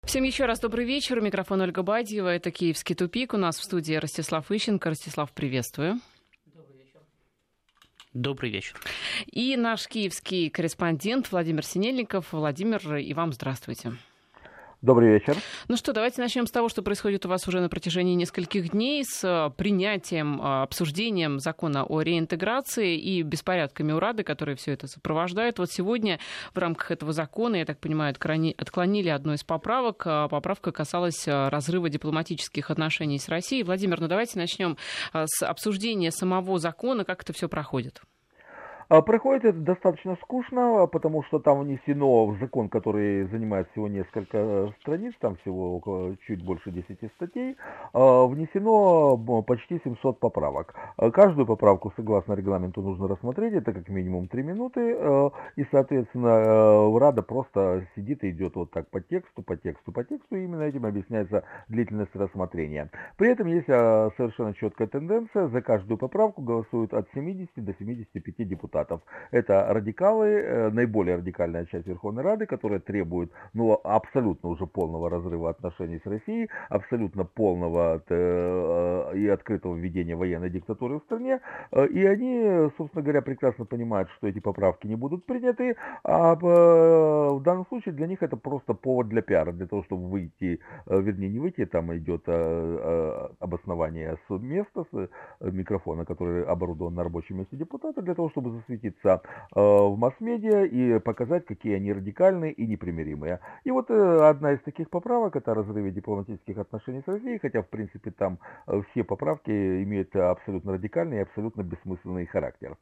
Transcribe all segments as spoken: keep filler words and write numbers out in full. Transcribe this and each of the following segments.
Всем еще раз добрый вечер. Микрофон Ольга Бадьева. Это «Киевский тупик». У нас в студии Ростислав Ищенко. Ростислав, приветствую. Добрый вечер. Добрый вечер. И наш киевский корреспондент Владимир Синельников. Владимир, и вам здравствуйте. Добрый вечер. Ну что, давайте начнем с того, что происходит у вас уже на протяжении нескольких дней, с принятием, обсуждением закона о реинтеграции и беспорядками у Рады, которые все это сопровождают. Вот сегодня в рамках этого закона, я так понимаю, отклонили одну из поправок. Поправка касалась разрыва дипломатических отношений с Россией. Владимир, ну давайте начнем с обсуждения самого закона, как это все проходит. Проходит это достаточно скучно, потому что там внесено в закон, который занимает всего несколько страниц, там всего около чуть больше десяти статей, внесено почти семьсот поправок. Каждую поправку, согласно регламенту, нужно рассмотреть, это как минимум три минуты, и, соответственно, Рада просто сидит и идет вот так по тексту, по тексту, по тексту, и именно этим объясняется длительность рассмотрения. При этом есть совершенно четкая тенденция, за каждую поправку голосуют от семидесяти до семидесяти пяти депутатов. Это радикалы, наиболее радикальная часть Верховной Рады, которая требует ну, абсолютно уже полного разрыва отношений с Россией, абсолютно полного и открытого введения военной диктатуры в стране. И они, собственно говоря, прекрасно понимают, что эти поправки не будут приняты, а в данном случае для них это просто повод для пиара, для того, чтобы выйти, вернее не выйти, там идет обоснование с места, с микрофона, который оборудован на рабочем месте депутата, для того, чтобы засветиться в масс-медиа и показать, какие они радикальные и непримиримые. И вот одна из таких поправок — это о разрыве дипломатических отношений с Россией, хотя в принципе там все поправки имеют абсолютно радикальный и абсолютно бессмысленный характер.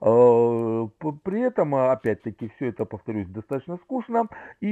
При этом, опять-таки, все это, повторюсь, достаточно скучно,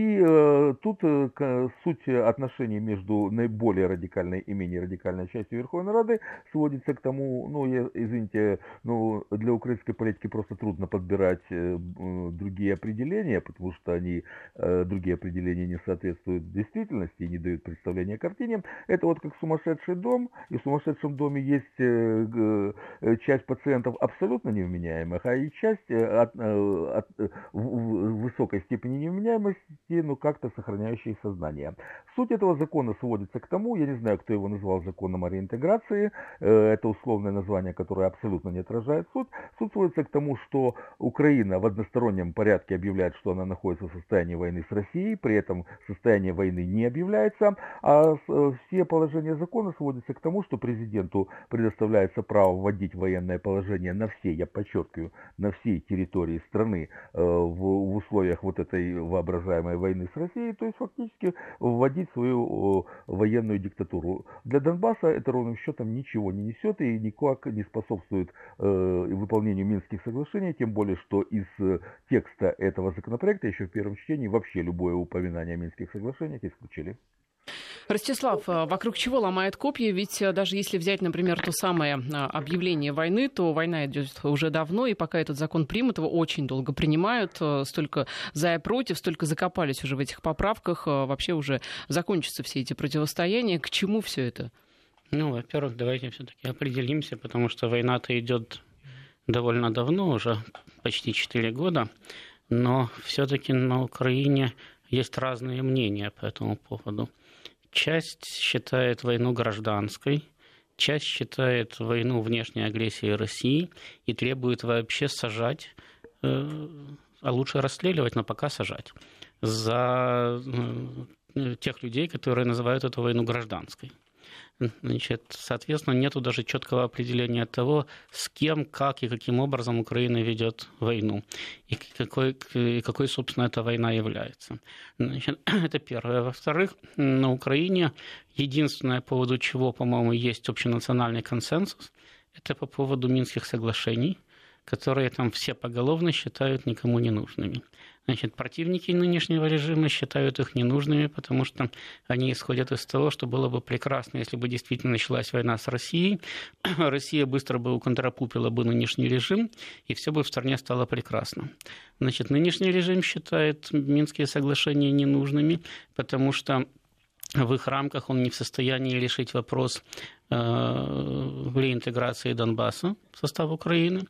и тут суть отношений между наиболее радикальной и менее радикальной частью Верховной Рады сводится к тому, ну, я, извините, ну, для украинской политики просто трудно подбирать э, другие определения, потому что они, э, другие определения не соответствуют действительности и не дают представления о картине. Это вот как сумасшедший дом, и в сумасшедшем доме есть э, э, часть пациентов абсолютно невменяемых, а и часть э, от, э, от, э, в, в высокой степени невменяемости, но как-то сохраняющей сознание. Суть этого закона сводится к тому, я не знаю, кто его назвал законом о реинтеграции, э, это условное название, которое абсолютно не отражает суть. Суть сводится к тому, что Украина в одностороннем порядке объявляет, что она находится в состоянии войны с Россией, при этом состояние войны не объявляется, а все положения закона сводятся к тому, что президенту предоставляется право вводить военное положение на всей, я подчеркиваю, на всей территории страны в, в условиях вот этой воображаемой войны с Россией, то есть фактически вводить свою военную диктатуру. Для Донбасса это ровным счетом ничего не несет и никак не способствует э, выполнению Минских соглашений, тем более, что из текста этого законопроекта еще в первом чтении вообще любое упоминание о Минских соглашениях исключили. Ростислав, вокруг чего ломает копья? Ведь даже если взять, например, то самое объявление войны, то война идет уже давно, и пока этот закон примут, его очень долго принимают. Столько за и против, столько закопались уже в этих поправках. Вообще уже закончатся все эти противостояния. К чему все это? Ну, во-первых, давайте все-таки определимся, потому что война-то идет довольно давно, уже почти четыре года, но все-таки на Украине есть разные мнения по этому поводу. Часть считает войну гражданской, часть считает войну внешней агрессией России и требует вообще сажать, а лучше расстреливать, но пока сажать, за тех людей, которые называют эту войну гражданской. Значит, соответственно, нету даже четкого определения того, с кем, как и каким образом Украина ведет войну и какой, и какой собственно, эта война является. Значит, это первое. Во-вторых, на Украине единственное, по поводу чего, по-моему, есть общенациональный консенсус, это по поводу Минских соглашений, которые там все поголовно считают никому не нужными. Значит, противники нынешнего режима считают их ненужными, потому что они исходят из того, что было бы прекрасно, если бы действительно началась война с Россией, Россия быстро бы уконтрапупила бы нынешний режим, и все бы в стране стало прекрасно. Значит, нынешний режим считает Минские соглашения ненужными, потому что в их рамках он не в состоянии решить вопрос э, реинтеграции Донбасса в состав Украины.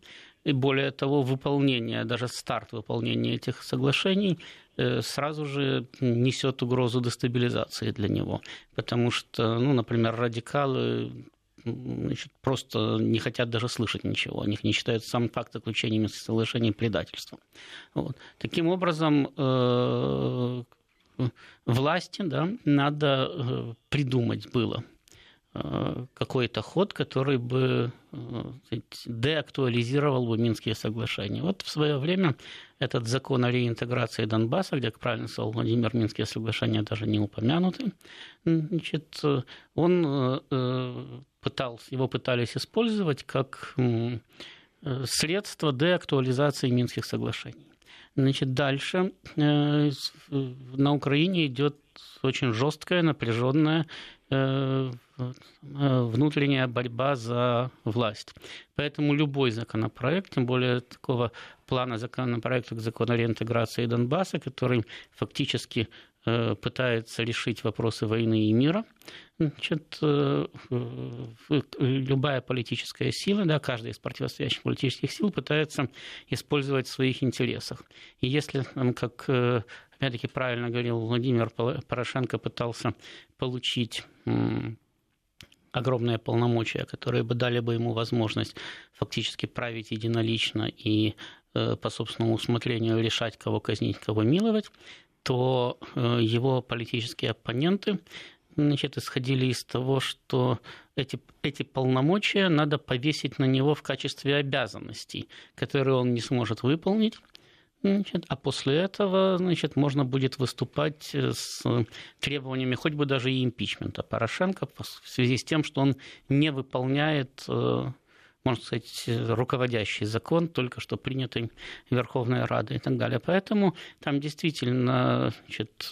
и более того, выполнение, даже старт выполнения этих соглашений сразу же несет угрозу дестабилизации для него. Потому что, ну, например, радикалы, значит, просто не хотят даже слышать ничего. Они не считают сам факт заключения Минских соглашений предательством. Вот. Таким образом, э- власти, да, надо придумать было какой-то ход, который бы деактуализировал бы Минские соглашения. Вот в свое время этот закон о реинтеграции Донбасса, где, как правильно сказал Владимир, Минские соглашения даже не упомянуты, значит, он пытался, его пытались использовать как средство деактуализации Минских соглашений. Значит, дальше э, на Украине идет очень жесткая, напряженная э, внутренняя борьба за власть. Поэтому любой законопроект, тем более такого плана законопроекта к закону о реинтеграции Донбасса, который фактически э, пытается решить вопросы войны и мира, значит, э, любая политическая сила, да, каждая из противостоящих политических сил пытается использовать в своих интересах. И если, как опять-таки правильно говорил Владимир, Порошенко пытался получить огромные полномочия, которые бы дали бы ему возможность фактически править единолично и по собственному усмотрению решать, кого казнить, кого миловать, то его политические оппоненты, значит, исходили из того, что эти, эти полномочия надо повесить на него в качестве обязанностей, которые он не сможет выполнить. Значит, а после этого, значит, можно будет выступать с требованиями хоть бы даже и импичмента Порошенко в связи с тем, что он не выполняет, можно сказать, руководящий закон, только что принятый Верховной Радой и так далее. Поэтому там действительно, значит,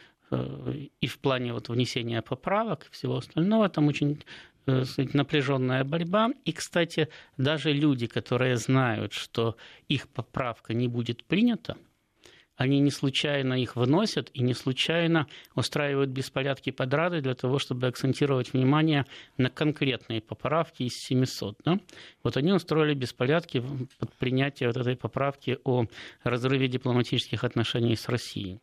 и в плане вот внесения поправок и всего остального там очень напряженная борьба. И, кстати, даже люди, которые знают, что их поправка не будет принята, они не случайно их выносят и не случайно устраивают беспорядки под Радой для того, чтобы акцентировать внимание на конкретные поправки из семисот. Да? Вот они устроили беспорядки под принятие вот этой поправки о разрыве дипломатических отношений с Россией.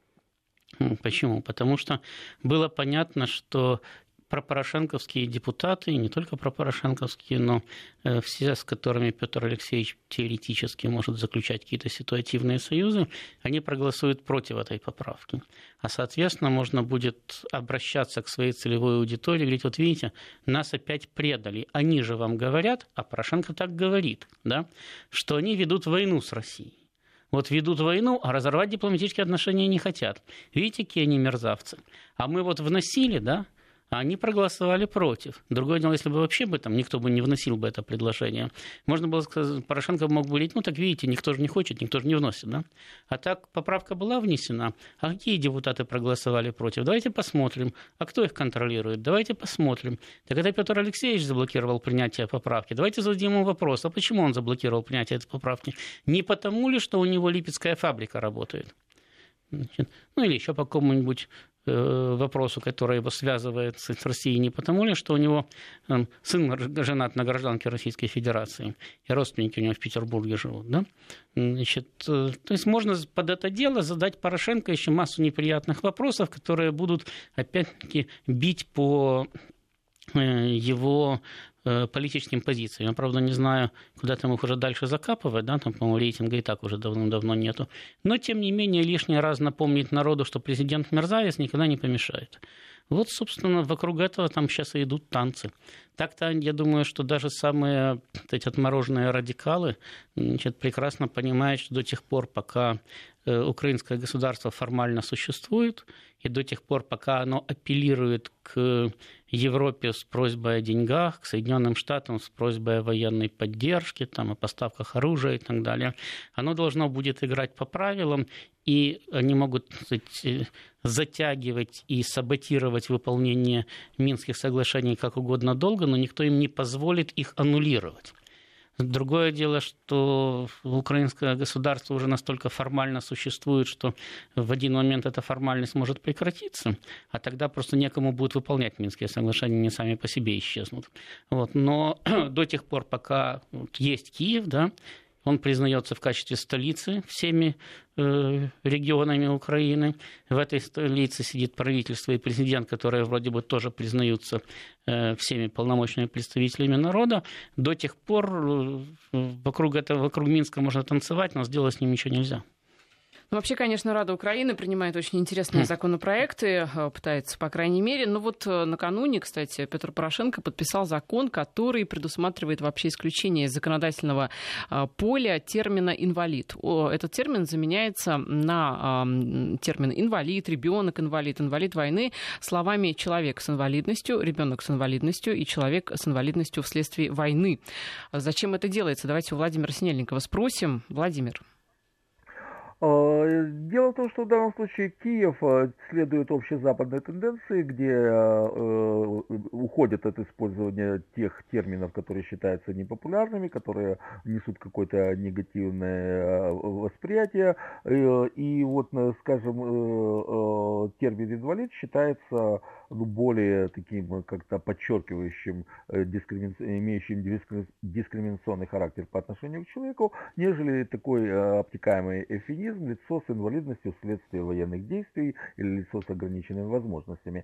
Почему? Потому что было понятно, что пропорошенковские депутаты, и не только пропорошенковские, но все, с которыми Петр Алексеевич теоретически может заключать какие-то ситуативные союзы, они проголосуют против этой поправки. А, соответственно, можно будет обращаться к своей целевой аудитории и говорить, вот видите, нас опять предали, они же вам говорят, а Порошенко так говорит, да, что они ведут войну с Россией. Вот ведут войну, а разорвать дипломатические отношения не хотят. Видите, какие они мерзавцы. А мы вот вносили, да, а они проголосовали против. Другое дело, если бы вообще бы там никто бы не вносил бы это предложение, можно было сказать, Порошенко мог бы говорить, ну так видите, никто же не хочет, никто же не вносит, да. А так поправка была внесена, а какие депутаты проголосовали против? Давайте посмотрим. А кто их контролирует? Давайте посмотрим. Так это Петр Алексеевич заблокировал принятие поправки. Давайте зададим ему вопрос, а почему он заблокировал принятие этой поправки? Не потому ли, что у него липецкая фабрика работает? Значит, ну или еще по какому-нибудь вопросу, который его связывает с Россией, не потому ли, что у него э, сын женат на гражданке Российской Федерации, и родственники у него в Петербурге живут, да? Значит, э, то есть можно под это дело задать Порошенко еще массу неприятных вопросов, которые будут, опять-таки, бить по э, его политическим позициям. Я, правда, не знаю, куда там их уже дальше закапывать, да, там, по-моему, рейтинга и так уже давным-давно нету. Но, тем не менее, лишний раз напомнить народу, что президент мерзавец, никогда не помешает. Вот, собственно, вокруг этого там сейчас и идут танцы. Так-то, я думаю, что даже самые эти отмороженные радикалы, значит, прекрасно понимают, что до тех пор, пока украинское государство формально существует, и до тех пор, пока оно апеллирует к Европе с просьбой о деньгах, к Соединенным Штатам с просьбой о военной поддержке, там, о поставках оружия и так далее, оно должно будет играть по правилам, и они могут, так сказать, затягивать и саботировать выполнение Минских соглашений как угодно долго, но никто им не позволит их аннулировать. Другое дело, что украинское государство уже настолько формально существует, что в один момент эта формальность может прекратиться, а тогда просто некому будет выполнять Минские соглашения, они сами по себе исчезнут. Вот. Но до тех пор, пока есть Киев, да, Он признается в качестве столицы всеми э, регионами Украины. В этой столице сидит правительство и президент, которые вроде бы тоже признаются э, всеми полномочными представителями народа. До тех пор э, вокруг этого, вокруг Минска можно танцевать, но сделать с ним ничего нельзя. Ну, вообще, конечно, Рада Украины принимает очень интересные законопроекты, пытается, по крайней мере. Но вот накануне, кстати, Петр Порошенко подписал закон, который предусматривает вообще исключение из законодательного поля термина «инвалид». Этот термин заменяется на термин «инвалид», «ребенок инвалид», «инвалид войны» словами «человек с инвалидностью», «ребенок с инвалидностью» и «человек с инвалидностью вследствие войны». Зачем это делается? Давайте у Владимира Синельникова спросим. Владимир. Дело в том, что в данном случае Киев следует общезападной тенденции, где э, уходят от использования тех терминов, которые считаются непопулярными, которые несут какое-то негативное восприятие. И вот, скажем, э, термин «инвалид» считается ну, более таким как-то подчеркивающим, дискримин... имеющим дискриминационный характер по отношению к человеку, нежели такой обтекаемый эвфемизм лицо с инвалидностью вследствие военных действий или лицо с ограниченными возможностями.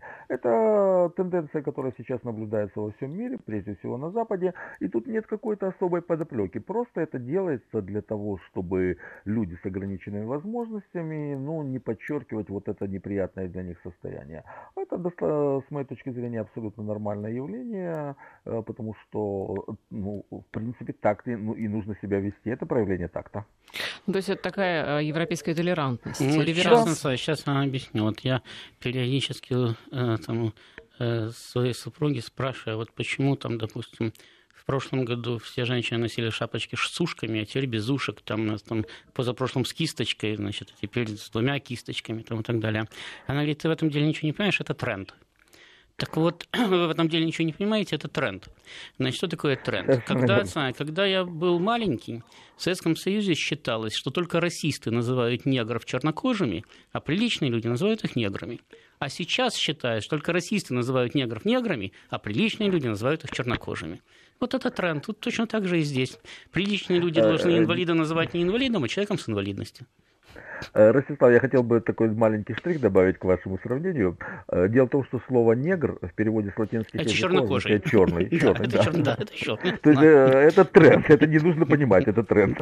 Это тенденция, которая сейчас наблюдается во всем мире, прежде всего на Западе, и тут нет какой-то особой подоплеки. Просто это делается для того, чтобы люди с ограниченными возможностями ну, не подчеркивать вот это неприятное для них состояние. Это, с моей точки зрения, абсолютно нормальное явление, потому что, ну, в принципе, так ну, и нужно себя вести. Это проявление такта. То есть это такая европейская толерантность. Ну, сейчас, сейчас я объясню. Вот я периодически э, там, э, своей супруге спрашиваю, вот почему там, допустим, в прошлом году все женщины носили шапочки с ушками, а теперь без ушек, там, там позапрошлом с кисточкой, значит, а теперь с двумя кисточками там, и так далее. Она говорит, ты в этом деле ничего не понимаешь, это тренд. Так вот, вы в этом деле ничего не понимаете, это тренд. Значит, что такое тренд? Когда, когда я был маленький, в Советском Союзе считалось, что только расисты называют негров чернокожими, а приличные люди называют их неграми. А сейчас считают, что только расисты называют негров неграми, а приличные люди называют их чернокожими. Вот это тренд. Тут точно так же и здесь. Приличные люди должны инвалида называть не инвалидом, а человеком с инвалидностью. Ростислав, я хотел бы такой маленький штрих добавить к вашему сравнению. Дело в том, что слово «негр» в переводе с латинских языков означает «черный». Черный, да. Это черный. То есть это тренд, это не нужно понимать, это тренд.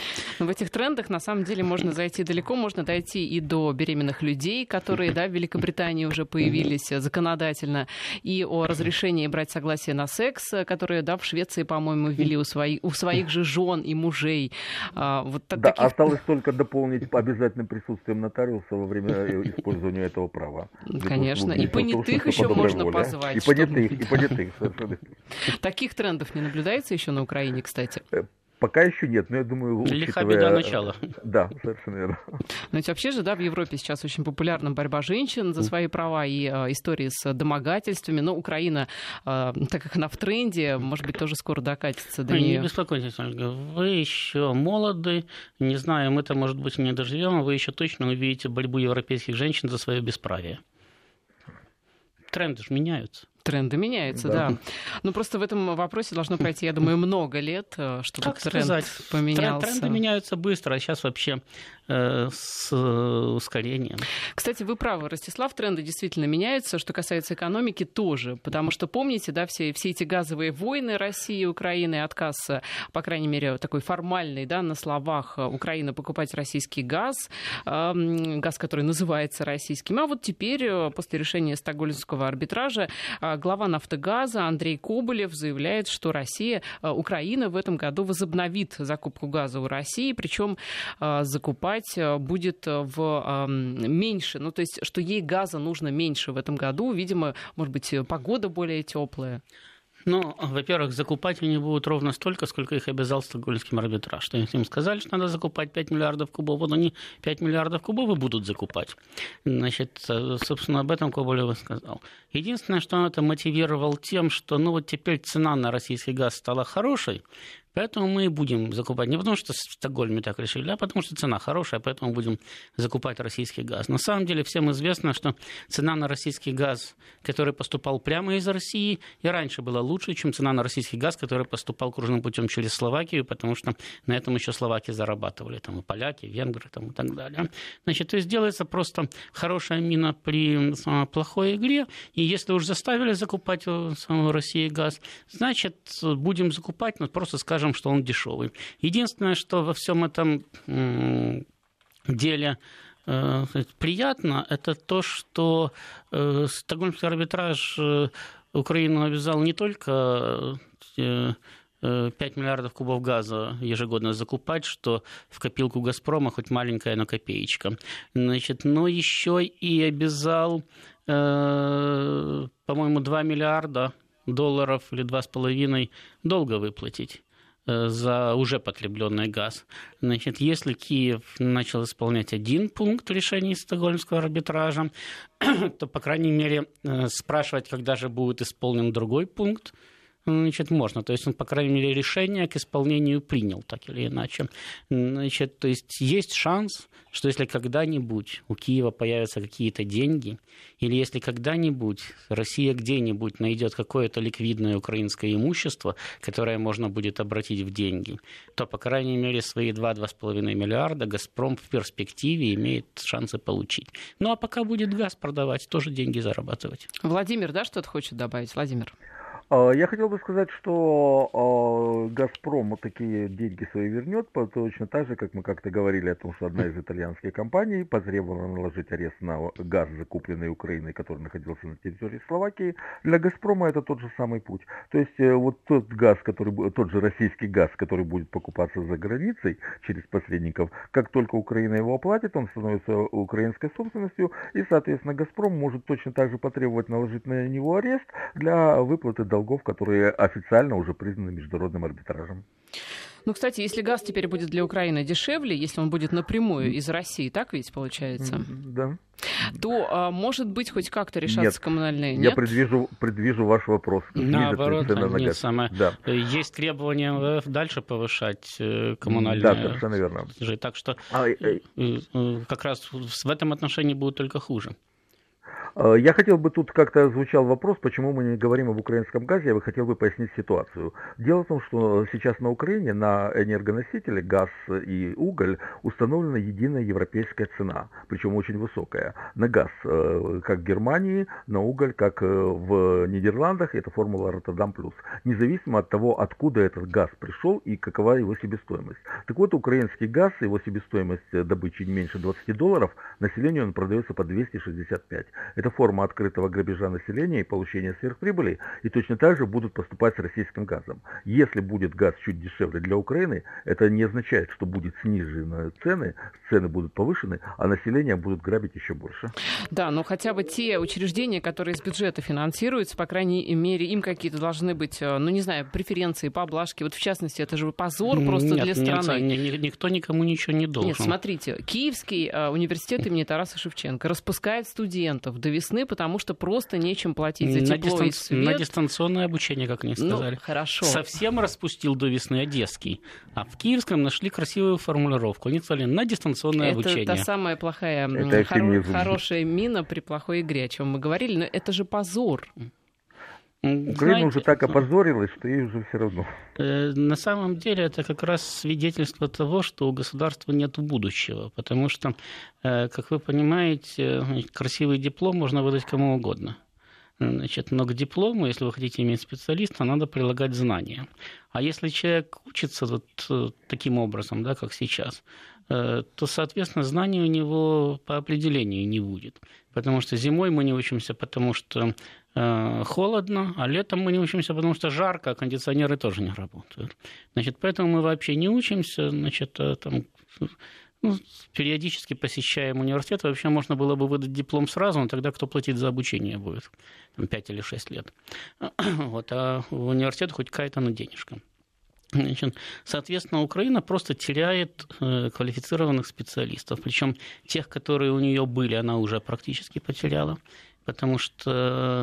В этих трендах, на самом деле, можно зайти далеко, можно дойти и до беременных людей, которые, да, в Великобритании уже появились законодательно, и о разрешении брать согласие на секс, которые, да, в Швеции, по-моему, ввели у своих, у своих же жен и мужей. Вот так, да, таких... осталось только дополнить обязательным присутствием нотариуса во время использования этого права. Конечно, и понятых еще можно позвать. И понятых, и понятых, совершенно. Таких трендов не наблюдается еще на Украине, кстати? Пока еще нет, но я думаю... Лиха беда начала. Да, совершенно верно. Но ведь вообще же, да, в Европе сейчас очень популярна борьба женщин за свои права и э, истории с домогательствами. Но Украина, э, так как она в тренде, может быть, тоже скоро докатится до нее. Не беспокойтесь, Ольга, вы еще молоды. Не знаю, мы-то, может быть, не доживем, вы еще точно увидите борьбу европейских женщин за свое бесправие. Тренды же меняются. Тренды меняются, да. да. Но просто в этом вопросе должно пройти, я думаю, много лет, чтобы как тренд сказать? поменялся. Тренды меняются быстро, а сейчас вообще э, с ускорением. Кстати, вы правы, Ростислав, тренды действительно меняются. Что касается экономики, тоже. Потому что, помните, да, все, все эти газовые войны России и Украины, отказ, по крайней мере, такой формальный, да, на словах Украины покупать российский газ, э, газ, который называется российским. А вот теперь, после решения Стокгольмского арбитража, глава «Нафтогаза» Андрей Коболев заявляет, что Россия, Украина в этом году возобновит закупку газа у России, причем закупать будет в меньше, ну то есть, что ей газа нужно меньше в этом году, видимо, может быть, погода более теплая. Ну, во-первых, закупать они будут ровно столько, сколько их обязал Стокгольмский арбитраж. Что им сказали, что надо закупать пять миллиардов кубов, вот они пять миллиардов кубов и будут закупать. Значит, собственно, об этом Коболев сказал. Единственное, что он это мотивировал тем, что ну вот теперь цена на российский газ стала хорошей, Поэтому мы и будем закупать. Не потому, что в Стокгольме так решили, а потому, что цена хорошая, поэтому будем закупать российский газ. На самом деле всем известно, что цена на российский газ, который поступал прямо из России, и раньше была лучше, чем цена на российский газ, который поступал кружным путем через Словакию, потому что на этом еще словаки зарабатывали, там и поляки, и венгры, там, и так далее. Значит, то есть делается просто хорошая мина при плохой игре, и если уж заставили закупать в России газ, значит, будем закупать, но просто скажем, что он дешевый. Единственное, что во всем этом деле э, приятно, это то, что э, Стокгольмский арбитраж э, Украину обязал не только э, пять миллиардов кубов газа ежегодно закупать, что в копилку «Газпрома» хоть маленькая, но копеечка. Значит, но еще и обязал, э, по-моему, два миллиарда долларов или два с половиной долга выплатить за уже потребленный газ. Значит, если Киев начал исполнять один пункт решений Стокгольмского арбитража, то, по крайней мере, спрашивать, когда же будет исполнен другой пункт, значит, можно. То есть он, по крайней мере, решение к исполнению принял, так или иначе. Значит, то есть есть шанс, что если когда-нибудь у Киева появятся какие-то деньги, или если когда-нибудь Россия где-нибудь найдет какое-то ликвидное украинское имущество, которое можно будет обратить в деньги, то, по крайней мере, свои два-два с половиной миллиарда «Газпром» в перспективе имеет шансы получить. Ну, а пока будет газ продавать, тоже деньги зарабатывать. Владимир, да, что-то хочет добавить? Владимир. Я хотел бы сказать, что «Газпром» такие деньги свои вернет, точно так же, как мы как-то говорили о том, что одна из итальянских компаний потребовала наложить арест на газ, закупленный Украиной, который находился на территории Словакии. Для «Газпрома» это тот же самый путь. То есть вот тот газ, который, тот же российский газ, который будет покупаться за границей через посредников, как только Украина его оплатит, он становится украинской собственностью, и, соответственно, «Газпром» может точно так же потребовать наложить на него арест для выплаты долгов, которые официально уже признаны международным арбитражем. Ну, кстати, если газ теперь будет для Украины дешевле, если он будет напрямую из России, так ведь получается? Да. То, а, может быть, хоть как-то решаться нет, коммунальные... Нет, я предвижу, предвижу ваш вопрос. Наоборот, цена на нет, газ. самое... Да. Есть требования эм вэ эф дальше повышать коммунальные... Да, совершенно верно. Так что а, как раз в этом отношении будет только хуже. Я хотел бы, тут как-то звучал вопрос, почему мы не говорим об украинском газе, я бы хотел бы пояснить ситуацию. Дело в том, что сейчас на Украине на энергоносители, газ и уголь установлена единая европейская цена, причем очень высокая. На газ, как в Германии, на уголь, как в Нидерландах, это формула Роттердам плюс, независимо от того, откуда этот газ пришел и какова его себестоимость. Так вот, украинский газ, его себестоимость добычи не меньше двадцати долларов, населению он продается по двести шестьдесят пять. Это форма открытого грабежа населения и получения сверхприбыли, и точно так же будут поступать с российским газом. Если будет газ чуть дешевле для Украины, это не означает, что будут снижены цены, цены будут повышены, а население будут грабить еще больше. Да, но хотя бы те учреждения, которые из бюджета финансируются, по крайней мере, им какие-то должны быть, ну не знаю, преференции, поблажки. Вот в частности, это же позор просто нет, для страны. Нет, никто никому ничего не должен. Нет, смотрите, Киевский университет имени Тараса Шевченко распускает студентов до весны, потому что просто нечем платить за на тепло дистанц... и свет. На дистанционное обучение, как они сказали. Ну, хорошо. Совсем распустил до весны Одесский. А в Киевском нашли красивую формулировку. Они сказали на дистанционное это обучение. Это та самая плохая, это хоро... хорошая мина при плохой игре, о чем мы говорили. Но это же позор. Украина Знаете, уже так опозорилась, что ей уже все равно. На самом деле это как раз свидетельство того, что у государства нет будущего. Потому что, как вы понимаете, красивый диплом можно выдать кому угодно. Значит, но к диплому, если вы хотите иметь специалиста, надо прилагать знания. А если человек учится вот таким образом, да, как сейчас, то, соответственно, знаний у него по определению не будет. Потому что зимой мы не учимся, потому что э, холодно, а летом мы не учимся, потому что жарко, а кондиционеры тоже не работают. Значит, поэтому мы вообще не учимся, значит, там... Ну, периодически посещаем университет, вообще можно было бы выдать диплом сразу, но тогда кто платить за обучение будет? Там, пять или шесть лет. Вот, а в университет хоть какая-то на денежка. Значит, соответственно, Украина просто теряет э, квалифицированных специалистов. Причем тех, которые у нее были, она уже практически потеряла, потому что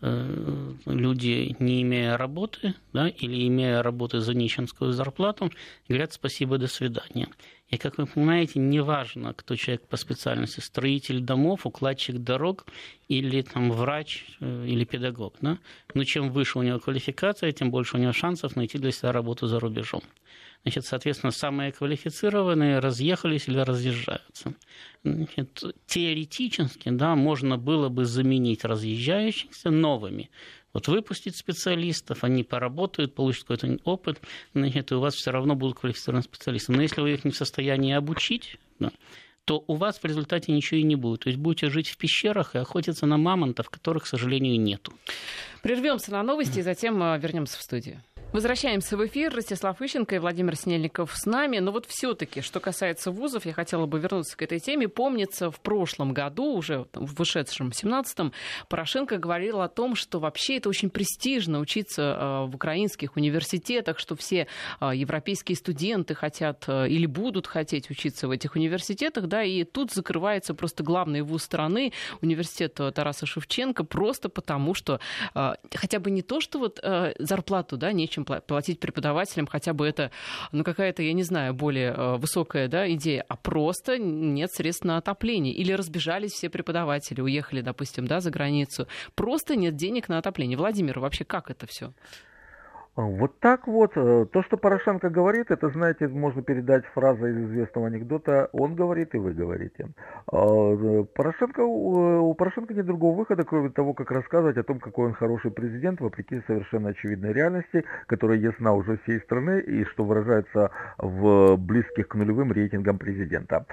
люди, не имея работы, да, или имея работы за нищенскую зарплату, говорят спасибо, до свидания. И, как вы понимаете, неважно, кто человек по специальности, строитель домов, укладчик дорог или там, врач или педагог. Да? Но чем выше у него квалификация, тем больше у него шансов найти для себя работу за рубежом. Значит, соответственно, самые квалифицированные разъехались или разъезжаются. Значит, теоретически, да, можно было бы заменить разъезжающихся новыми. Вот выпустить специалистов, они поработают, получат какой-то опыт, значит, и у вас все равно будут квалифицированные специалисты. Но если вы их не в состоянии обучить, да, то у вас в результате ничего и не будет. То есть будете жить в пещерах и охотиться на мамонтов, которых, к сожалению, нету. Прервемся на новости и затем вернемся в студию. Возвращаемся в эфир. Ростислав Ищенко и Владимир Снельников с нами. Но вот все-таки, что касается вузов, я хотела бы вернуться к этой теме. Помнится, в прошлом году, уже в вышедшем семнадцатом, Порошенко говорил о том, что вообще это очень престижно учиться в украинских университетах, что все европейские студенты хотят или будут хотеть учиться в этих университетах, да, и тут закрывается просто главный вуз страны, университет Тараса Шевченко, просто потому что хотя бы не то, что вот зарплату, да, нечем платить преподавателям, хотя бы это, ну, какая-то, я не знаю, более высокая, да, идея, а просто нет средств на отопление. Или разбежались все преподаватели, уехали, допустим, да, за границу. Просто нет денег на отопление. Владимир, вообще как это все? Вот так вот. То, что Порошенко говорит, это, знаете, можно передать фразой из известного анекдота: он говорит, и вы говорите. Порошенко, у Порошенко нет другого выхода, кроме того, как рассказывать о том, какой он хороший президент, вопреки совершенно очевидной реальности, которая ясна уже всей страны и что выражается в близких к нулевым рейтингам президента.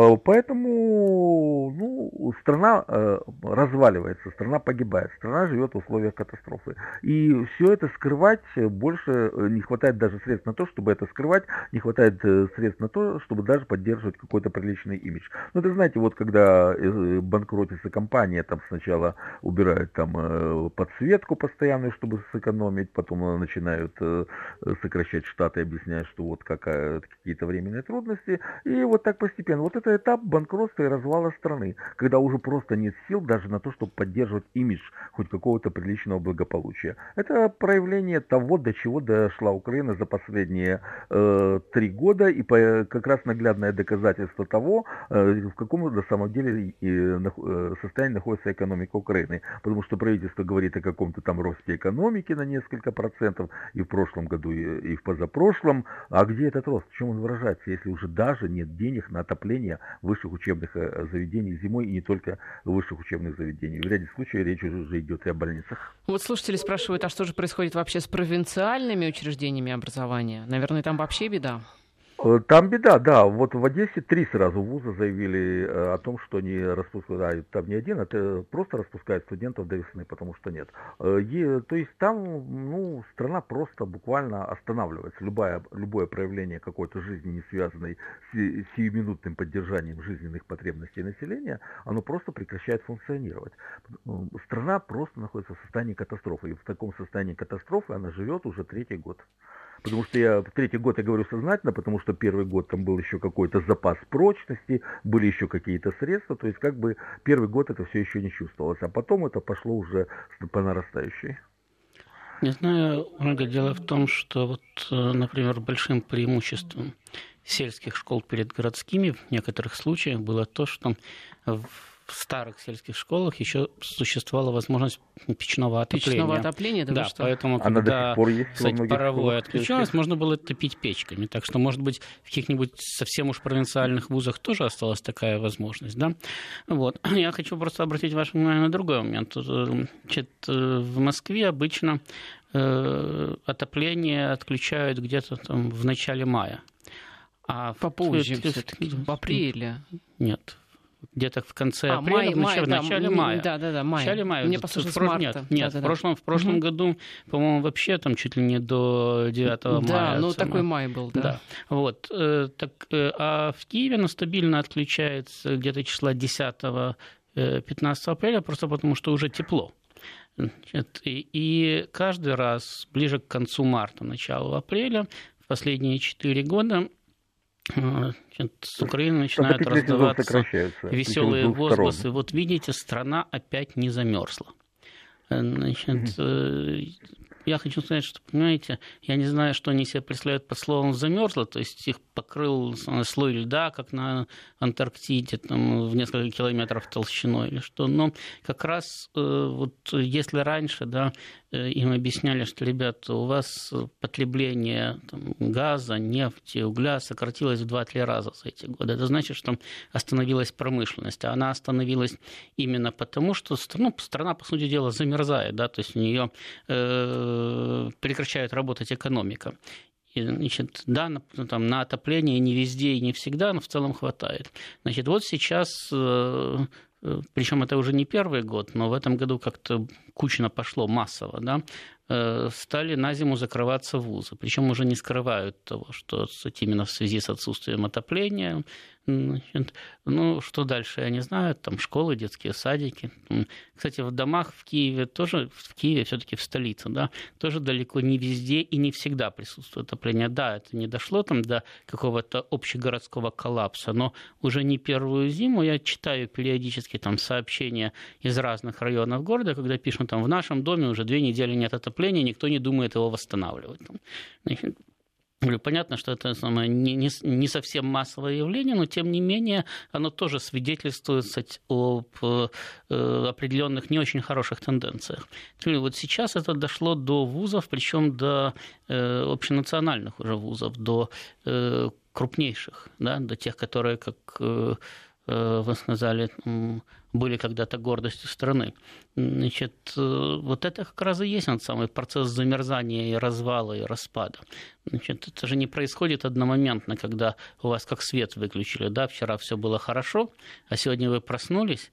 Поэтому, ну, страна разваливается, страна погибает, страна живет в условиях катастрофы. И все это скрывать больше не хватает даже средств на то, чтобы это скрывать, не хватает средств на то, чтобы даже поддерживать какой-то приличный имидж. Ну, это, знаете, вот когда банкротится компания, там сначала убирают там подсветку постоянную, чтобы сэкономить, потом начинают сокращать штаты, объясняют, что вот какие-то временные трудности, и вот так постепенно. Вот это этап банкротства и развала страны, когда уже просто нет сил даже на то, чтобы поддерживать имидж хоть какого-то приличного благополучия. Это проявление того, до чего дошла Украина за последние э, три года, и по, как раз наглядное доказательство того, э, в каком на самом деле э, э, состоянии находится экономика Украины. Потому что правительство говорит о каком-то там росте экономики на несколько процентов и в прошлом году, и, и в позапрошлом. А где этот рост? В чем он выражается, если уже даже нет денег на отопление высших учебных заведений зимой, и не только высших учебных заведений? В ряде случаев речь уже идет и о больницах. Вот слушатели спрашивают, а что же происходит вообще с провинциальными учреждениями образования? Наверное, там вообще беда. Там беда, да. Вот в Одессе три сразу вуза заявили о том, что они распускают, там не один, а просто распускают студентов до весны, потому что нет. И, то есть там, ну, страна просто буквально останавливается. Любое, любое проявление какой-то жизни, не связанной с сиюминутным поддержанием жизненных потребностей населения, оно просто прекращает функционировать. Страна просто находится в состоянии катастрофы. И в таком состоянии катастрофы она живет уже третий год. Потому что я в третий год я говорю сознательно, потому что первый год там был еще какой-то запас прочности, были еще какие-то средства, то есть как бы первый год это все еще не чувствовалось, а потом это пошло уже по нарастающей. Не знаю, Ольга, дело в том, что вот, например, большим преимуществом сельских школ перед городскими в некоторых случаях было то, что в в старых сельских школах еще существовала возможность печного отопления. Печного отопления, да, да, что? поэтому, Она когда, кстати, паровое школах отключалось, можно было топить печками. Так что, может быть, в каких-нибудь совсем уж провинциальных вузах тоже осталась такая возможность. Да? Вот. Я хочу просто обратить ваше внимание на другой момент. Значит, в Москве обычно э, отопление отключают где-то там в начале мая. А попозже все-таки, в апреле. Нет. Где-то в конце а, апреля, май, в начале, май, начале да, мая. Да, да, да, май. В начале мая. Мне послушалось, марта. Нет, нет да, да, в прошлом, да. в прошлом угу. году, по-моему, вообще там чуть ли не до девятого да, мая. Да, ну цена. Такой май был, да. да. Вот, так, а в Киеве она стабильно отключается где-то числа десятого-пятнадцатого апреля, просто потому что уже тепло. И, и каждый раз, ближе к концу марта, началу апреля, в последние четыре года с Украины начинают раздаваться веселые возгласы. Вот видите, страна опять не замерзла. Значит, я хочу сказать, что, понимаете, я не знаю, что они себе представляют под словом «замерзло», то есть их покрыл слой льда, как на Антарктиде, там, в несколько километров толщиной или что. Но как раз вот если раньше, да, им объясняли, что, ребята, у вас потребление там, газа, нефти, угля сократилось в два-три раза за эти годы. Это значит, что остановилась промышленность. А она остановилась именно потому, что ну, страна, по сути дела, замерзает, да, то есть у нее э, прекращает работать экономика. И, значит, да, на, там, на отопление не везде и не всегда, но в целом хватает. Значит, вот сейчас... Э, причем это уже не первый год, но в этом году как-то кучно пошло, массово, да, стали на зиму закрываться вузы. Причем уже не скрывают того, что именно в связи с отсутствием отопления. Значит, ну, что дальше, я не знаю, там школы, детские садики. Кстати, в домах в Киеве тоже, в Киеве все-таки в столице, да, тоже далеко не везде и не всегда присутствует отопление. Да, это не дошло там до какого-то общегородского коллапса, но уже не первую зиму я читаю периодически там сообщения из разных районов города, когда пишут, там, в нашем доме уже две недели нет отопления, никто не думает его восстанавливать. Значит, понятно, что это самое, не, не, не совсем массовое явление, но тем не менее оно тоже свидетельствует об э, определенных не очень хороших тенденциях. Вот сейчас это дошло до вузов, причем до э, общенациональных уже вузов, до э, крупнейших, да, до тех, которые, как э, вы сказали, были когда-то гордостью страны. Значит, вот это как раз и есть тот самый процесс замерзания и развала, и распада. Значит, это же не происходит одномоментно, когда у вас как свет выключили. Да, вчера все было хорошо, а сегодня вы проснулись,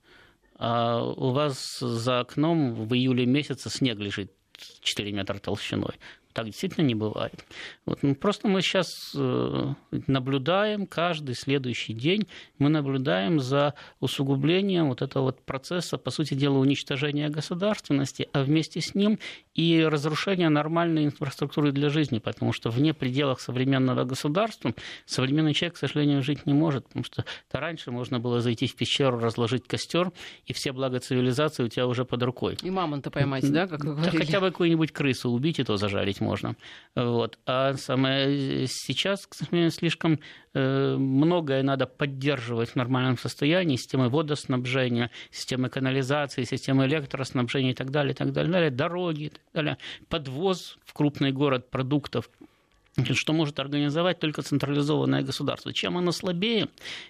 а у вас за окном в июле месяце снег лежит четыре метра толщиной. Так действительно не бывает. Вот, ну, просто мы сейчас э, наблюдаем каждый следующий день, мы наблюдаем за усугублением вот этого вот процесса, по сути дела, уничтожения государственности, а вместе с ним и разрушения нормальной инфраструктуры для жизни, потому что вне пределах современного государства современный человек, к сожалению, жить не может, потому что то раньше можно было зайти в пещеру, разложить костер, и все блага цивилизации у тебя уже под рукой. И мамонта поймать, да, как вы говорили? Да, хотя бы какую-нибудь крысу убить, и то зажарить можно. Вот. А самое сейчас, к сожалению, слишком э, многое надо поддерживать в нормальном состоянии, системы водоснабжения, системы канализации, системы электроснабжения и так далее, и так далее, далее дороги, и так далее, подвоз в крупный город продуктов, что может организовать только централизованное государство. Чем оно слабее,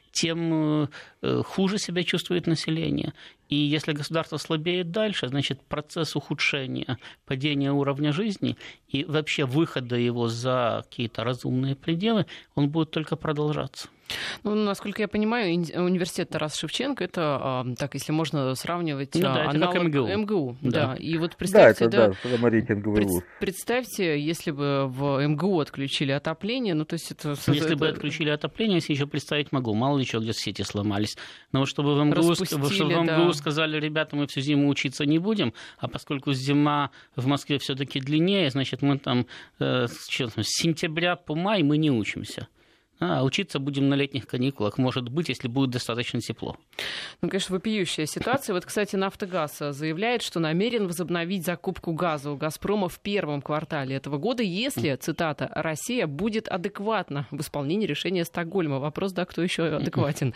тем хуже себя чувствует население. И если государство слабеет дальше, значит, процесс ухудшения, падения уровня жизни и вообще выхода его за какие-то разумные пределы, он будет только продолжаться. Ну, насколько я понимаю, университет Тараса Шевченко, это, так, если можно сравнивать, ну, да, аналог это как МГУ. МГУ. Да. Да. И вот представьте, да, это, да, да, рейтинговый вуз. Представьте, если бы в МГУ отключили отопление, ну, то есть это... Если это... бы отключили отопление, если еще представить могу, мало ли что, где сети сломались. Но вот чтобы в МГУ, чтобы в МГУ да. сказали, ребята, мы всю зиму учиться не будем, а поскольку зима в Москве все-таки длиннее, значит, мы там, э, что, с сентября по май мы не учимся. А учиться будем на летних каникулах, может быть, если будет достаточно тепло. Ну, конечно, вопиющая ситуация. Вот, кстати, «Нафтогаз» заявляет, что намерен возобновить закупку газа у «Газпрома» в первом квартале этого года, если, цитата, «Россия будет адекватна в исполнении решения Стокгольма». Вопрос, да, кто еще адекватен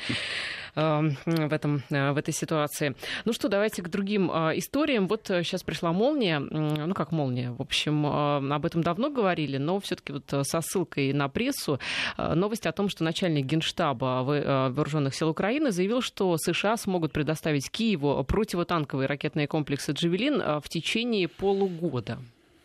в, этом, в этой ситуации. Ну что, давайте к другим историям. Вот сейчас пришла молния, ну как молния, в общем, об этом давно говорили, но все-таки вот со ссылкой на прессу новость о том, что начальник Генштаба Вооруженных сил Украины заявил, что США смогут предоставить Киеву противотанковые ракетные комплексы «Джавелин» в течение полугода.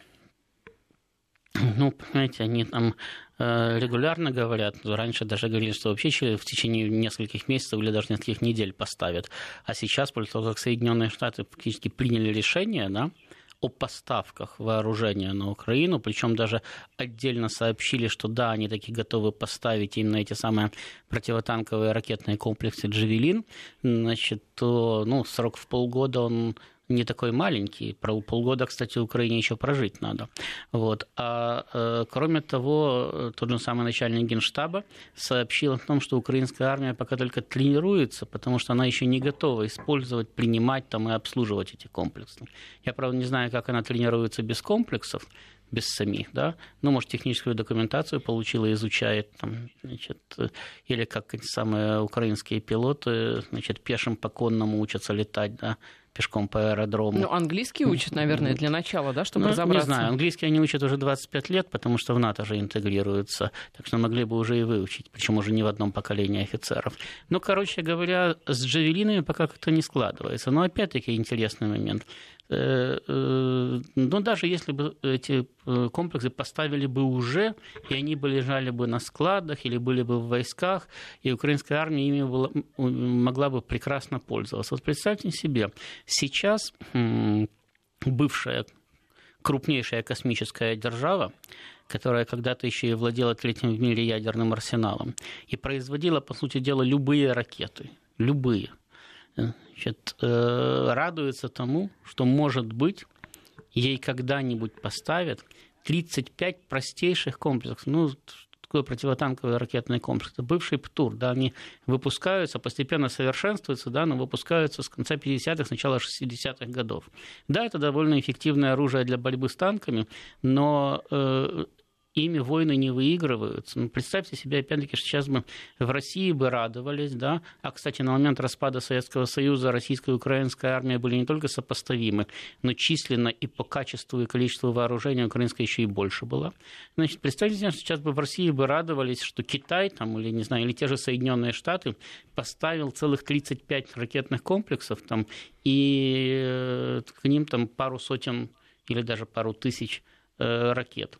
Ну, понимаете, они там э, регулярно говорят, раньше даже говорили, что вообще в течение нескольких месяцев или даже нескольких недель поставят. А сейчас, после того, как Соединенные Штаты фактически приняли решение, да, о поставках вооружения на Украину, причем даже отдельно сообщили, что да, они таки готовы поставить именно эти самые противотанковые ракетные комплексы «Джавелин», значит, то ну, срок в полгода он не такой маленький. Про полгода, кстати, Украине еще прожить надо. Вот. А кроме того, тот же самый начальник Генштаба сообщил о том, что украинская армия пока только тренируется, потому что она еще не готова использовать, принимать там, и обслуживать эти комплексы. Я, правда, не знаю, как она тренируется без комплексов, без самих, да, ну, может, техническую документацию получила, изучает, там, значит, или как эти самые украинские пилоты, значит, пешим по конному учатся летать, да, пешком по аэродрому. Ну, английский учат, наверное, для начала, да, чтобы ну, разобраться. Не знаю, английский они учат уже двадцать пять лет, потому что в НАТО же интегрируются, так что могли бы уже и выучить, причем уже не в одном поколении офицеров. Ну, короче говоря, с джавелинами пока как-то не складывается. Но опять-таки интересный момент. Но даже если бы эти комплексы поставили бы уже, и они бы лежали бы на складах или были бы в войсках, и украинская армия ими была, могла бы прекрасно пользоваться. Вот представьте себе, сейчас бывшая крупнейшая космическая держава, которая когда-то еще и владела третьим в мире ядерным арсеналом, и производила, по сути дела, любые ракеты, любые, значит, радуется тому, что, может быть, ей когда-нибудь поставят тридцать пять простейших комплексов. Ну, такой противотанковый ракетный комплекс. Это бывший ПТУР. Да, они выпускаются, постепенно совершенствуются, да, но выпускаются с конца пятидесятых, с начала шестидесятых годов. Да, это довольно эффективное оружие для борьбы с танками, но э, ими войны не выигрываются. Ну, представьте себе, опять-таки, что сейчас бы в России бы радовались, да, а, кстати, на момент распада Советского Союза российская и украинская армия были не только сопоставимы, но численно и по качеству и количеству вооружения украинская еще и больше была. Значит, представьте себе, что сейчас бы в России бы радовались, что Китай, там, или, не знаю, или те же Соединенные Штаты поставил целых тридцать пять ракетных комплексов, там, и к ним там пару сотен или даже пару тысяч э, ракет.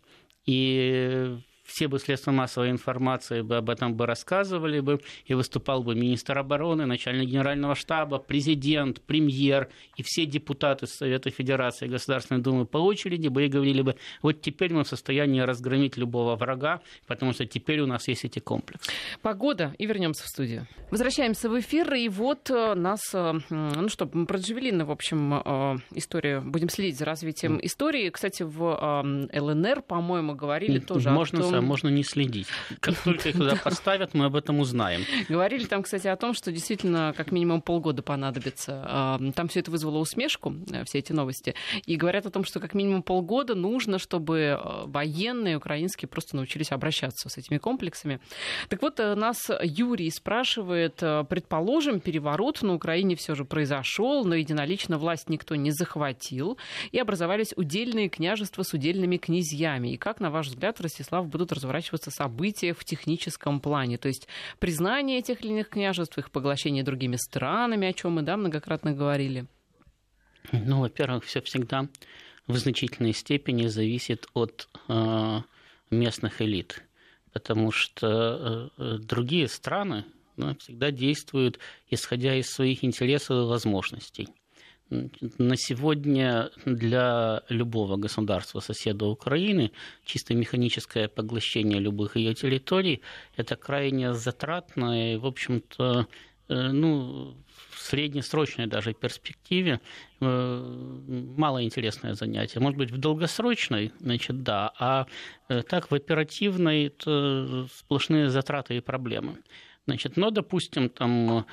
И все бы средства массовой информации бы об этом бы рассказывали бы, и выступал бы министр обороны, начальник генерального штаба, президент, премьер и все депутаты Совета Федерации Государственной Думы по очереди бы и говорили бы, вот теперь мы в состоянии разгромить любого врага, потому что теперь у нас есть эти комплексы. Погода, и вернемся в студию. Возвращаемся в эфир, и вот нас, ну что, про джавелины, в общем, историю, будем следить за развитием mm. истории. Кстати, в ЛНР, по-моему, говорили mm. тоже Можно о том... Можно не следить. Как только их туда поставят, мы об этом узнаем. Говорили там, кстати, о том, что действительно как минимум полгода понадобится. Там все это вызвало усмешку, все эти новости. И говорят о том, что как минимум полгода нужно, чтобы военные украинские просто научились обращаться с этими комплексами. Так вот, нас Юрий спрашивает, предположим, переворот на Украине все же произошел, но единолично власть никто не захватил, и образовались удельные княжества с удельными князьями. И как, на ваш взгляд, Ростислав, будут разворачиваться события в техническом плане? То есть признание этих или иных княжеств, их поглощение другими странами, о чем мы, да, многократно говорили? Ну, во-первых, все всегда в значительной степени зависит от э, местных элит, потому что э, другие страны, ну, всегда действуют, исходя из своих интересов и возможностей. На сегодня для любого государства, соседа Украины, чисто механическое поглощение любых ее территорий – это крайне затратно и, в общем-то, ну, в среднесрочной даже перспективе малоинтересное занятие. Может быть, в долгосрочной, значит, да, а так в оперативной это сплошные затраты и проблемы. Значит, но, допустим, там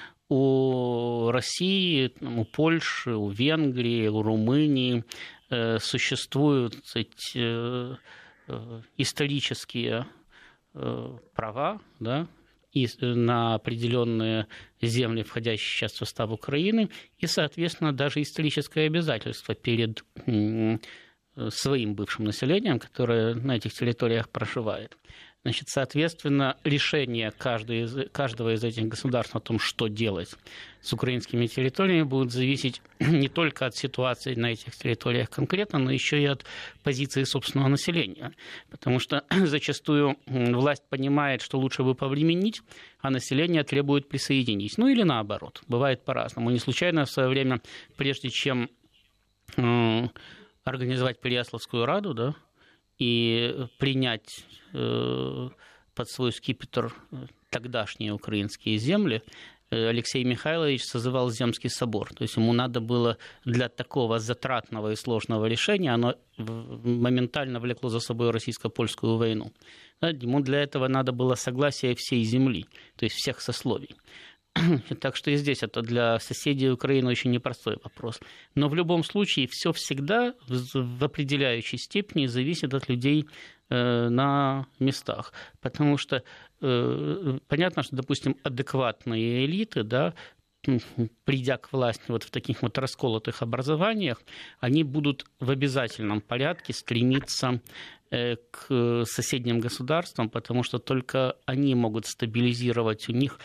у России, у Польши, у Венгрии, у Румынии э, существуют эти, э, исторические э, права, да, и, на определенные земли, входящие сейчас в состав Украины, и, соответственно, даже историческое обязательство перед э, своим бывшим населением, которое на этих территориях проживает. Значит, соответственно, решение каждой из, каждого из этих государств о том, что делать с украинскими территориями, будет зависеть не только от ситуации на этих территориях конкретно, но еще и от позиции собственного населения. Потому что зачастую власть понимает, что лучше бы повременить, а население требует присоединить. Ну или наоборот. Бывает по-разному. Не случайно в свое время, прежде чем э, организовать Переяславскую Раду, да, и принять э, под свой скипетр тогдашние украинские земли, Алексей Михайлович созывал Земский собор. То есть ему надо было для такого затратного и сложного решения, оно моментально влекло за собой российско-польскую войну. Ему для этого надо было согласие всей земли, то есть всех сословий. Так что и здесь это для соседей Украины очень непростой вопрос. Но в любом случае все всегда в определяющей степени зависит от людей на местах. Потому что э, понятно, что, допустим, адекватные элиты, да, придя к власти вот в таких вот расколотых образованиях, они будут в обязательном порядке стремиться к соседним государствам, потому что только они могут стабилизировать у них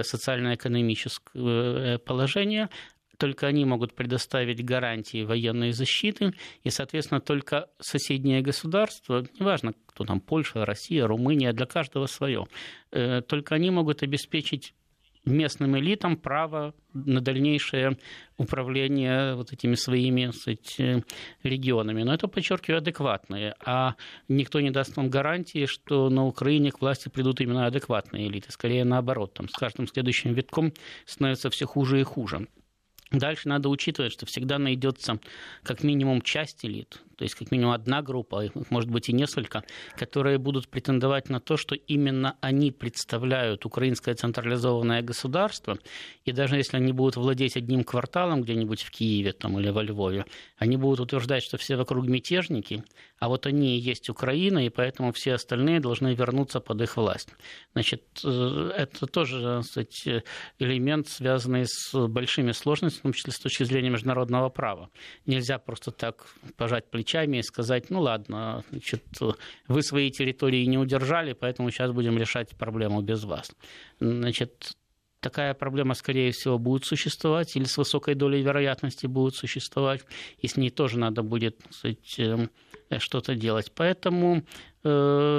социально-экономическое положение, только они могут предоставить гарантии военной защиты, и, соответственно, только соседние государства, неважно, кто там, Польша, Россия, Румыния, для каждого свое, только они могут обеспечить местным элитам право на дальнейшее управление вот этими своими, кстати, регионами. Но это, подчеркиваю, адекватные. А никто не даст вам гарантии, что на Украине к власти придут именно адекватные элиты. Скорее наоборот. Там с каждым следующим витком становится все хуже и хуже. Дальше надо учитывать, что всегда найдется как минимум часть элит, то есть как минимум одна группа, их может быть и несколько, которые будут претендовать на то, что именно они представляют украинское централизованное государство, и даже если они будут владеть одним кварталом где-нибудь в Киеве там, или во Львове, они будут утверждать, что все вокруг мятежники, а вот они и есть Украина, и поэтому все остальные должны вернуться под их власть. Значит, это тоже, так сказать, элемент, связанный с большими сложностями, в том числе с точки зрения международного права. Нельзя просто так пожать плечами и сказать, ну ладно, значит, вы свои территории не удержали, поэтому сейчас будем решать проблему без вас. Значит, такая проблема, скорее всего, будет существовать или с высокой долей вероятности будет существовать, и с ней тоже надо будет, так сказать, что-то делать. Поэтому э,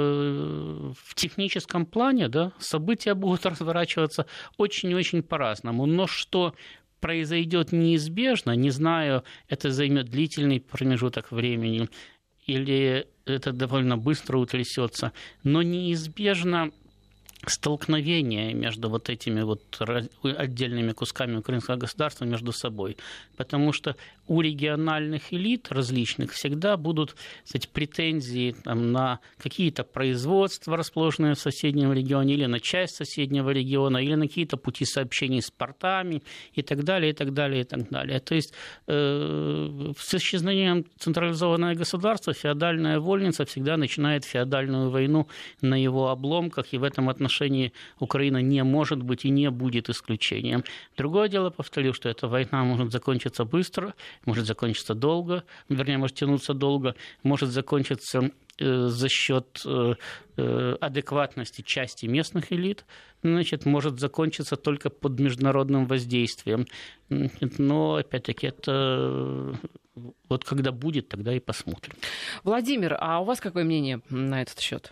в техническом плане, да, события будут разворачиваться очень-очень по-разному. Но что произойдет неизбежно, не знаю, это займет длительный промежуток времени или это довольно быстро утрясется, но неизбежно столкновение между вот этими вот отдельными кусками украинского государства между собой. Потому что у региональных элит различных всегда будут, кстати, претензии там, на какие-то производства, расположенные в соседнем регионе, или на часть соседнего региона, или на какие-то пути сообщений с портами и так далее, и так далее, и так далее. То есть э, с исчезновением централизованного государства феодальная вольница всегда начинает феодальную войну на его обломках, и в этом отношении Украина не может быть и не будет исключением. Другое дело, повторю, что эта война может закончиться быстро, может закончиться долго, вернее, может тянуться долго, может закончиться э, за счет э, э, адекватности части местных элит, значит, может закончиться только под международным воздействием. Но, опять-таки, это вот когда будет, тогда и посмотрим. Владимир, а у вас какое мнение на этот счет?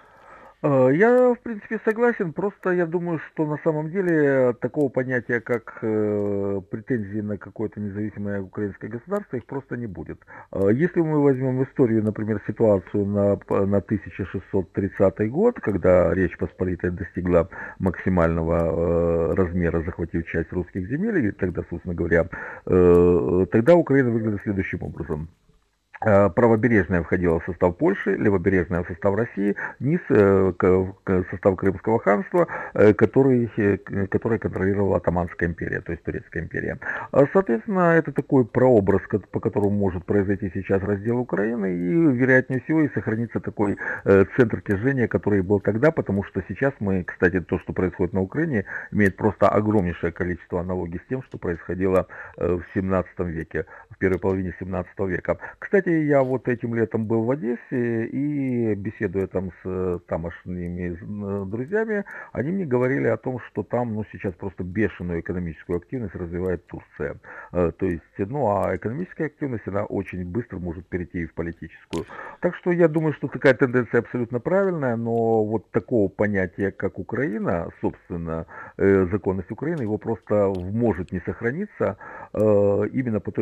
Я, в принципе, согласен, просто я думаю, что на самом деле такого понятия, как э, претензии на какое-то независимое украинское государство, их просто не будет. Если мы возьмем историю, например, ситуацию на, на тысяча шестьсот тридцатый год, когда Речь Посполитая достигла максимального э, размера, захватив часть русских земель, и тогда, собственно говоря, э, тогда Украина выглядела следующим образом. Правобережная входила в состав Польши, левобережная в состав России, низ в состав Крымского ханства, который, который контролировала Отtomанская империя, то есть Турецкая империя. Соответственно, это такой прообраз, по которому может произойти сейчас раздел Украины, и, вероятнее всего, и сохранится такой центр тяжения, который был тогда, потому что сейчас мы, кстати, то, что происходит на Украине, имеет просто огромнейшее количество аналогий с тем, что происходило в семнадцатом веке, в первой половине семнадцатого века. Кстати, я вот этим летом был в Одессе и, беседуя там с тамошними друзьями, они мне говорили о том, что там, ну, сейчас просто бешеную экономическую активность развивает Турция. То есть, ну, а экономическая активность, она очень быстро может перейти и в политическую. Так что я думаю, что такая тенденция абсолютно правильная, но вот такого понятия, как Украина, собственно, законность Украины, его просто может не сохраниться именно по той причине,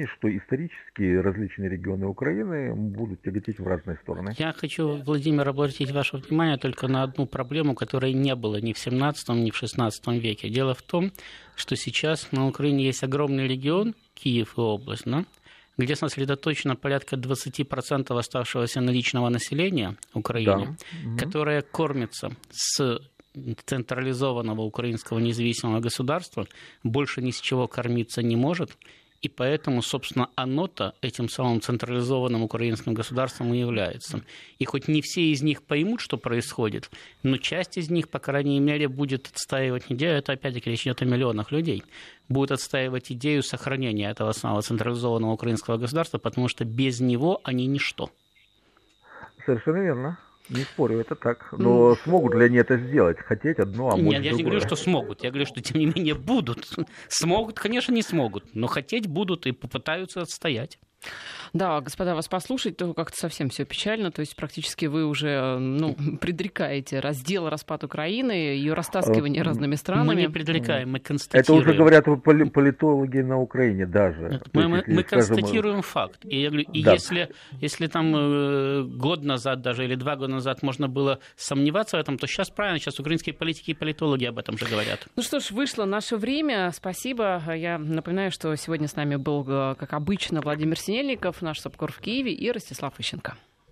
точки, что исторически различные регионы Украины будут тяготеть в разные стороны. Я хочу, Владимир, обратить ваше внимание только на одну проблему, которой не было ни в семнадцатом, ни в шестнадцатом веке. Дело в том, что сейчас на Украине есть огромный регион, Киев и область, да, где сосредоточено порядка двадцать процентов оставшегося наличного населения Украины, да. которое кормится с централизованного украинского независимого государства, больше ни с чего кормиться не может, и поэтому, собственно, оно-то этим самым централизованным украинским государством и является. И хоть не все из них поймут, что происходит, но часть из них, по крайней мере, будет отстаивать идею, это опять-таки речь идет о миллионах людей, будет отстаивать идею сохранения этого самого централизованного украинского государства, потому что без него они ничто. Совершенно верно. Не спорю, это так. Но mm. смогут ли они это сделать? Хотеть одно, а может Нет, я другое. не говорю, что смогут. Я говорю, что тем не менее будут. Смогут, конечно, не смогут, но хотеть будут и попытаются отстоять. Да, господа, вас послушать, то как-то совсем все печально. То есть практически вы уже ну, предрекаете раздел, распад Украины, ее растаскивание разными странами. Мы не предрекаем, мы констатируем. Это уже говорят политологи на Украине даже. Мы, мы, мы констатируем факт. И, я говорю, и да. если, если там год назад даже или два года назад можно было сомневаться в этом, то сейчас правильно, сейчас украинские политики и политологи об этом же говорят. Ну что ж, вышло наше время. Спасибо. Я напоминаю, что сегодня с нами был, как обычно, Владимир Синельников, наш СОБКОР в Киеве, и Ростислав Ищенко.